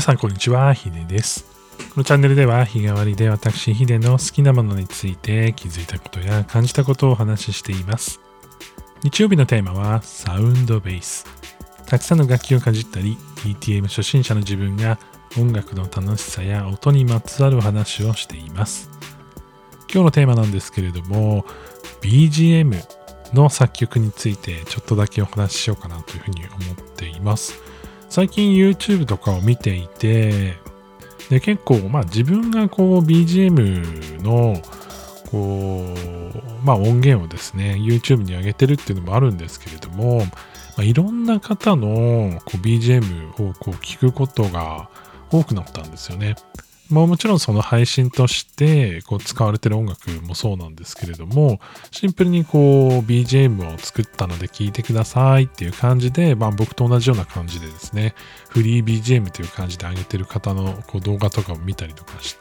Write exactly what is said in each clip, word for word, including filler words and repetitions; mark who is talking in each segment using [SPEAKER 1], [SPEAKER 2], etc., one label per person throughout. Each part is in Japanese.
[SPEAKER 1] さんこんにちは、ヒデです。このチャンネルでは日替わりで私ヒデの好きなものについて気づいたことや感じたことをお話ししています。日曜日のテーマはサウンドベース。たくさんの楽器をかじったり ティーティーエム 初心者の自分が音楽の楽しさや音にまつわる話をしています。今日のテーマなんですけれども ビージーエム の作曲についてちょっとだけお話ししようかなというふうに思っています。最近 YouTube とかを見ていて、で結構まあ自分がこう ビージーエム のこうまあ音源をですね YouTube に上げてるっていうのもあるんですけれども、まあ、いろんな方のこう ビージーエム をこう聞くことが多くなったんですよね。まあ、もちろんその配信としてこう使われてる音楽もそうなんですけれども、シンプルにこう ビージーエム を作ったので聴いてくださいっていう感じで、まあ僕と同じような感じでですね、フリー ビージーエム という感じで上げてる方のこう動画とかを見たりとかして、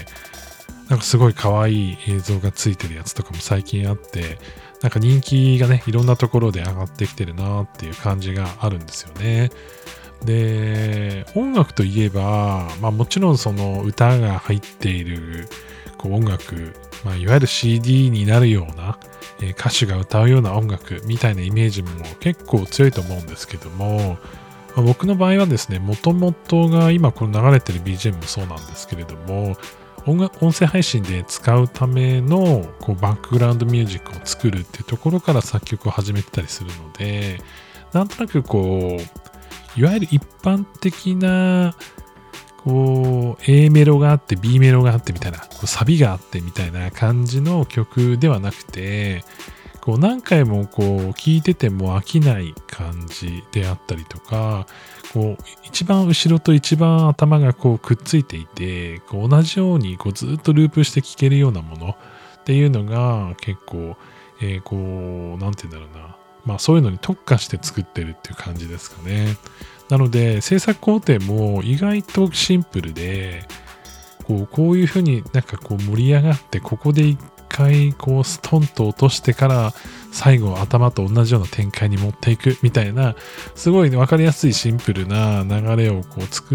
[SPEAKER 1] なんかすごい可愛い映像がついてるやつとかも最近あって、なんか人気がね、いろんなところで上がってきてるなっていう感じがあるんですよね。で、音楽といえば、まあもちろんその歌が入っているこう音楽、まあいわゆる シーディー になるような、えー、歌手が歌うような音楽みたいなイメージも結構強いと思うんですけども、まあ、僕の場合はですね、もともとが今この流れてる ビージーエム もそうなんですけれども、音楽音声配信で使うためのこうバックグラウンドミュージックを作るっていうところから作曲を始めてたりするので、なんとなくこう、いわゆる一般的なこう A メロがあって B メロがあってみたいな、こうサビがあってみたいな感じの曲ではなくて、こう何回もこう聴いてても飽きない感じであったりとか、こう一番後ろと一番頭がこうくっついていて、こう同じようにこうずっとループして聴けるようなものっていうのが結構、えー、こうなんて言うんだろうな、まあそういうのに特化して作ってるっていう感じですかね。なので制作工程も意外とシンプルで、こうこういうふうになんかこう盛り上がって、ここで一回こうストンと落としてから最後頭と同じような展開に持っていくみたいな、すごい分かりやすいシンプルな流れをこう作って、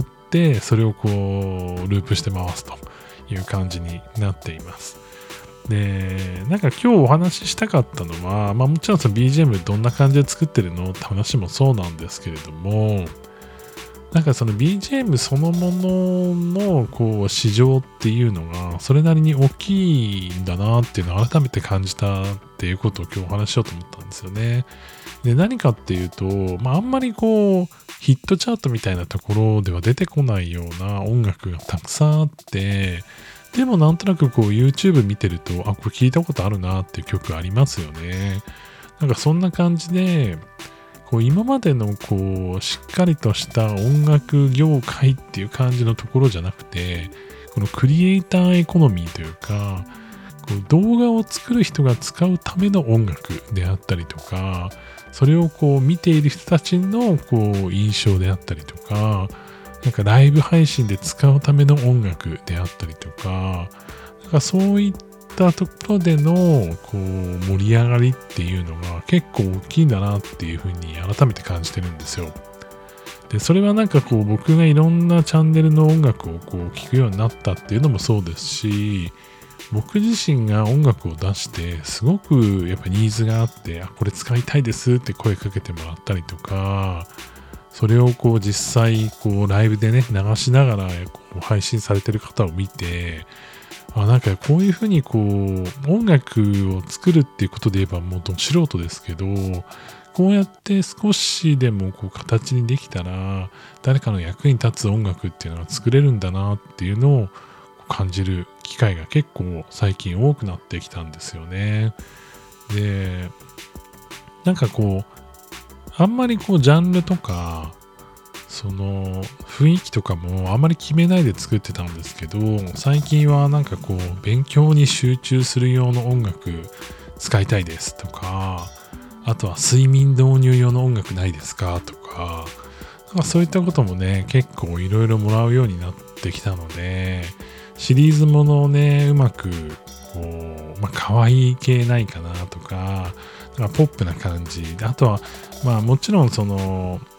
[SPEAKER 1] それをこうループして回すという感じになっています。で、なんか今日お話ししたかったのは、まあもちろんその ビージーエム どんな感じで作ってるのって話もそうなんですけれども、なんかその ビージーエム そのもののこう市場っていうのがそれなりに大きいんだなっていうのを改めて感じたっていうことを今日お話ししようと思ったんですよね。で、何かっていうと、まああんまりこうヒットチャートみたいなところでは出てこないような音楽がたくさんあって、でもなんとなくこう YouTube 見てると、あ、これ聞いたことあるなっていう曲ありますよね。なんかそんな感じで、こう今までのこうしっかりとした音楽業界っていう感じのところじゃなくて、このクリエイターエコノミーというか、こう動画を作る人が使うための音楽であったりとか、それをこう見ている人たちのこう印象であったりとか、なんかライブ配信で使うための音楽であったりとか、なんかそういったところでのこう盛り上がりっていうのが結構大きいんだなっていうふうに改めて感じてるんですよ。で、それはなんかこう僕がいろんなチャンネルの音楽をこう聴くようになったっていうのもそうですし、僕自身が音楽を出してすごくやっぱニーズがあって、あ、これ使いたいですって声かけてもらったりとか、それをこう実際こうライブでね流しながらこう配信されてる方を見て、あ、なんかこういうふうにこう音楽を作るっていうことで言えばもうど素人ですけど、こうやって少しでもこう形にできたら誰かの役に立つ音楽っていうのが作れるんだなっていうのを感じる機会が結構最近多くなってきたんですよね。で、なんかこうあんまりこうジャンルとかその雰囲気とかもあんまり決めないで作ってたんですけど、最近はなんかこう勉強に集中する用の音楽使いたいですとか、あとは睡眠導入用の音楽ないですかとか、なんかそういったこともね結構いろいろもらうようになってきたので、シリーズものをねうまくこうまあ可愛い系ないかなとか、なんかポップな感じで、あとはまあもちろんその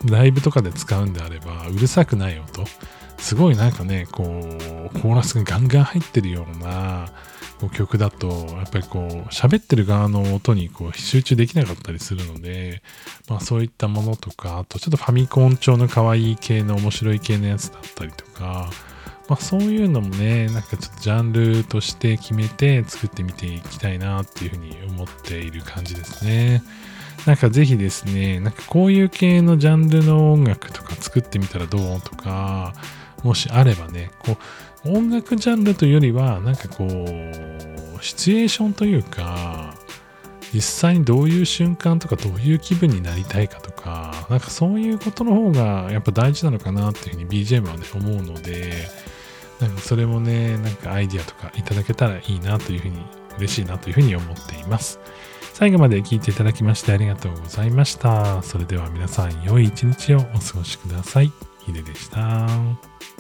[SPEAKER 1] ライブとかで使うんであれば、うるさくない音、すごいなんかね、こう、コーラスがガンガン入ってるようなこう曲だと、やっぱりこう、喋ってる側の音にこう集中できなかったりするので、まあそういったものとか、あとちょっとファミコン調の可愛い系の面白い系のやつだったりとか、まあそういうのもね、なんかちょっとジャンルとして決めて作ってみていきたいなっていうふうに思っている感じですね。なんかぜひですね、なんかこういう系のジャンルの音楽とか作ってみたらどうとか、もしあればね、こう、音楽ジャンルというよりは、なんかこう、シチュエーションというか、実際にどういう瞬間とかどういう気分になりたいかとか、なんかそういうことの方がやっぱ大事なのかなっていうふうに ビージーエム はね、思うので、なんかそれもね、なんかアイディアとかいただけたらいいなというふうに、嬉しいなというふうに思っています。最後まで聞いていただきましてありがとうございました。それでは皆さん良い一日をお過ごしください。ヒデでした。